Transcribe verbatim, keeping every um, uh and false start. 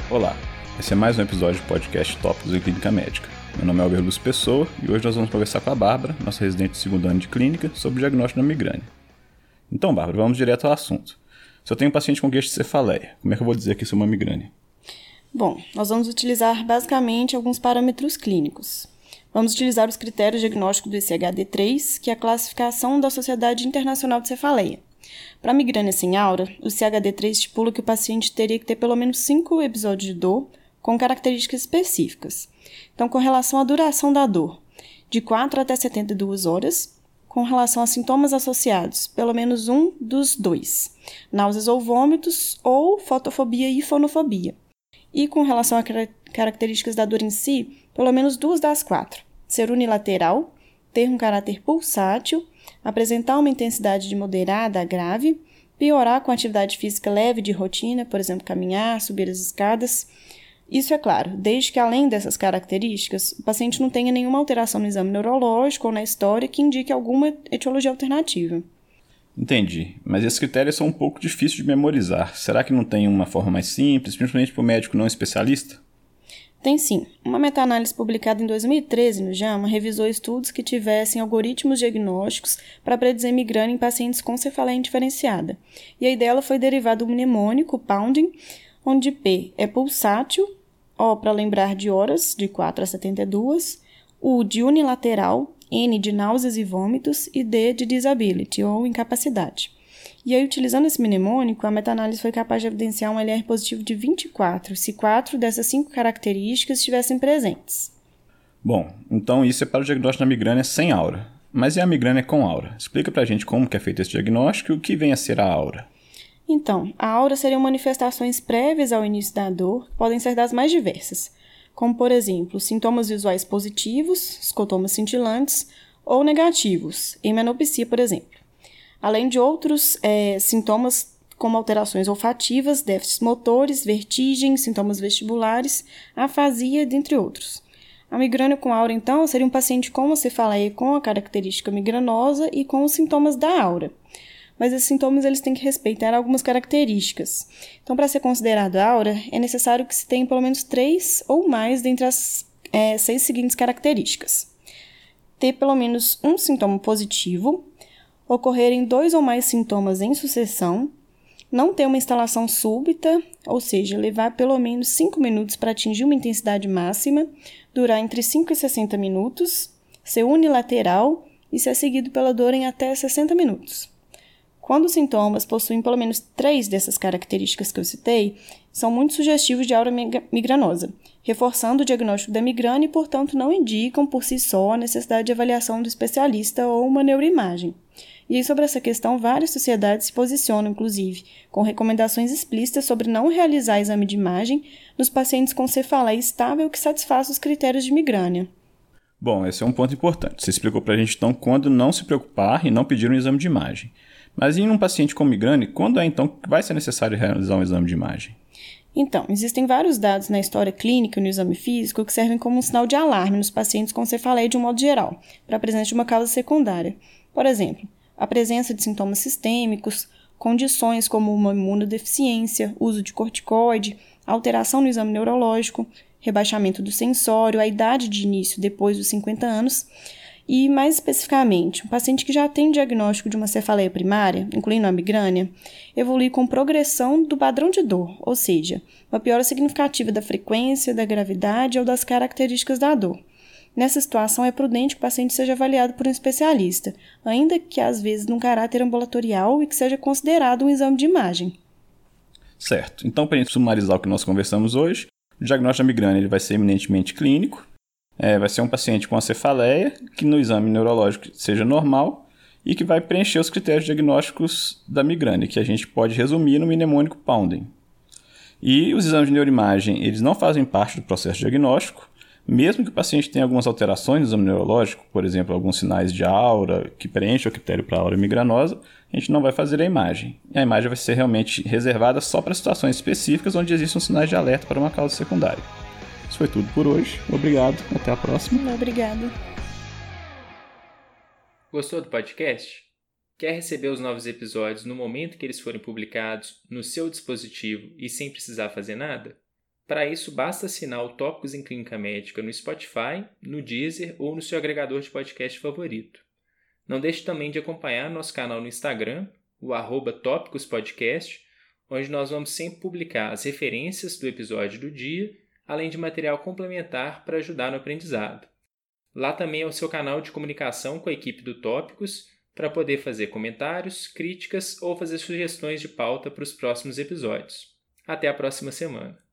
Olá, esse é mais um episódio do podcast Tópicos em Clínica Médica. Meu nome é Alberto Lúcio Pessoa e hoje nós vamos conversar com a Bárbara, nossa residente de segundo ano de clínica, sobre o diagnóstico da migrânia. Então, Bárbara, vamos direto ao assunto. Se eu tenho um paciente com queixa de cefaleia, como é que eu vou dizer que isso é uma migrânia? Bom, nós vamos utilizar basicamente alguns parâmetros clínicos. Vamos utilizar os critérios diagnósticos do I C H D três, que é a classificação da Sociedade Internacional de Cefaleia. Para migrânia sem aura, o I C H D três estipula que o paciente teria que ter pelo menos cinco episódios de dor com características específicas. Então, com relação à duração da dor, de quatro até setenta e duas horas, com relação a sintomas associados, pelo menos um dos dois, náuseas ou vômitos, ou fotofobia e fonofobia. E com relação a car- características da dor em si, pelo menos duas das quatro, ser unilateral, ter um caráter pulsátil, apresentar uma intensidade de moderada a grave, piorar com atividade física leve de rotina, por exemplo, caminhar, subir as escadas. Isso é claro, desde que além dessas características, o paciente não tenha nenhuma alteração no exame neurológico ou na história que indique alguma etiologia alternativa. Entendi, mas esses critérios são um pouco difíceis de memorizar. Será que não tem uma forma mais simples, principalmente para o médico não especialista? Tem sim. Uma meta-análise publicada em dois mil e treze no JAMA revisou estudos que tivessem algoritmos diagnósticos para predizer migrânia em pacientes com cefaleia indiferenciada. E aí dela foi derivado o mnemônico Pounding, onde P é pulsátil, O para lembrar de horas, de quatro a setenta e duas, U de unilateral, N de náuseas e vômitos e D de disability, ou incapacidade. E aí, utilizando esse mnemônico, a meta-análise foi capaz de evidenciar um L R positivo de vinte e quatro, se quatro dessas cinco características estivessem presentes. Bom, então isso é para o diagnóstico da migrânia sem aura. Mas e a migrânia com aura? Explica pra gente como que é feito esse diagnóstico e o que vem a ser a aura. Então, a aura seriam manifestações prévias ao início da dor, que podem ser das mais diversas, como, por exemplo, sintomas visuais positivos, escotomas cintilantes, ou negativos, hemanopsia, por exemplo. Além de outros é, sintomas como alterações olfativas, déficits motores, vertigem, sintomas vestibulares, afasia, dentre outros. A migrânia com aura, então, seria um paciente com uma cefaleia com a característica migranosa e com os sintomas da aura. Mas esses sintomas eles têm que respeitar algumas características. Então, para ser considerado aura, é necessário que se tenha pelo menos três ou mais dentre as é, seis seguintes características. Ter pelo menos um sintoma positivo, ocorrerem dois ou mais sintomas em sucessão, não ter uma instalação súbita, ou seja, levar pelo menos cinco minutos para atingir uma intensidade máxima, durar entre cinco e sessenta minutos, ser unilateral e ser seguido pela dor em até sessenta minutos. Quando os sintomas possuem pelo menos três dessas características que eu citei, são muito sugestivos de aura migranosa, reforçando o diagnóstico da migrânia e, portanto, não indicam por si só a necessidade de avaliação do especialista ou uma neuroimagem. E aí, sobre essa questão, várias sociedades se posicionam, inclusive, com recomendações explícitas sobre não realizar exame de imagem nos pacientes com cefaleia estável que satisfaçam os critérios de migrânia. Bom, esse é um ponto importante. Você explicou pra gente, então, quando não se preocupar e não pedir um exame de imagem. Mas em um paciente com migrânia, quando é, então, que vai ser necessário realizar um exame de imagem? Então, existem vários dados na história clínica e no exame físico que servem como um sinal de alarme nos pacientes com cefaleia de um modo geral, para a presença de uma causa secundária. Por exemplo, a presença de sintomas sistêmicos, condições como uma imunodeficiência, uso de corticoide, alteração no exame neurológico, rebaixamento do sensório, a idade de início depois dos cinquenta anos e, mais especificamente, um paciente que já tem diagnóstico de uma cefaleia primária, incluindo a migrânia, evolui com progressão do padrão de dor, ou seja, uma piora significativa da frequência, da gravidade ou das características da dor. Nessa situação, é prudente que o paciente seja avaliado por um especialista, ainda que às vezes num caráter ambulatorial e que seja considerado um exame de imagem. Certo. Então, para a gente sumarizar o que nós conversamos hoje, o diagnóstico da migrânia ele vai ser eminentemente clínico, é, vai ser um paciente com a cefaleia, que no exame neurológico seja normal e que vai preencher os critérios diagnósticos da migrânia, que a gente pode resumir no mnemônico Pounding. E os exames de neuroimagem, eles não fazem parte do processo diagnóstico, mesmo que o paciente tenha algumas alterações no exame neurológico, por exemplo, alguns sinais de aura que preenchem o critério para a aura migranosa, a gente não vai fazer a imagem. E a imagem vai ser realmente reservada só para situações específicas onde existem sinais de alerta para uma causa secundária. Isso foi tudo por hoje. Obrigado. Até a próxima. Obrigada. Gostou do podcast? Quer receber os novos episódios no momento que eles forem publicados, no seu dispositivo e sem precisar fazer nada? Para isso, basta assinar o Tópicos em Clínica Médica no Spotify, no Deezer ou no seu agregador de podcast favorito. Não deixe também de acompanhar nosso canal no Instagram, o arroba Tópicos Podcast, onde nós vamos sempre publicar as referências do episódio do dia, além de material complementar para ajudar no aprendizado. Lá também é o seu canal de comunicação com a equipe do Tópicos, para poder fazer comentários, críticas ou fazer sugestões de pauta para os próximos episódios. Até a próxima semana.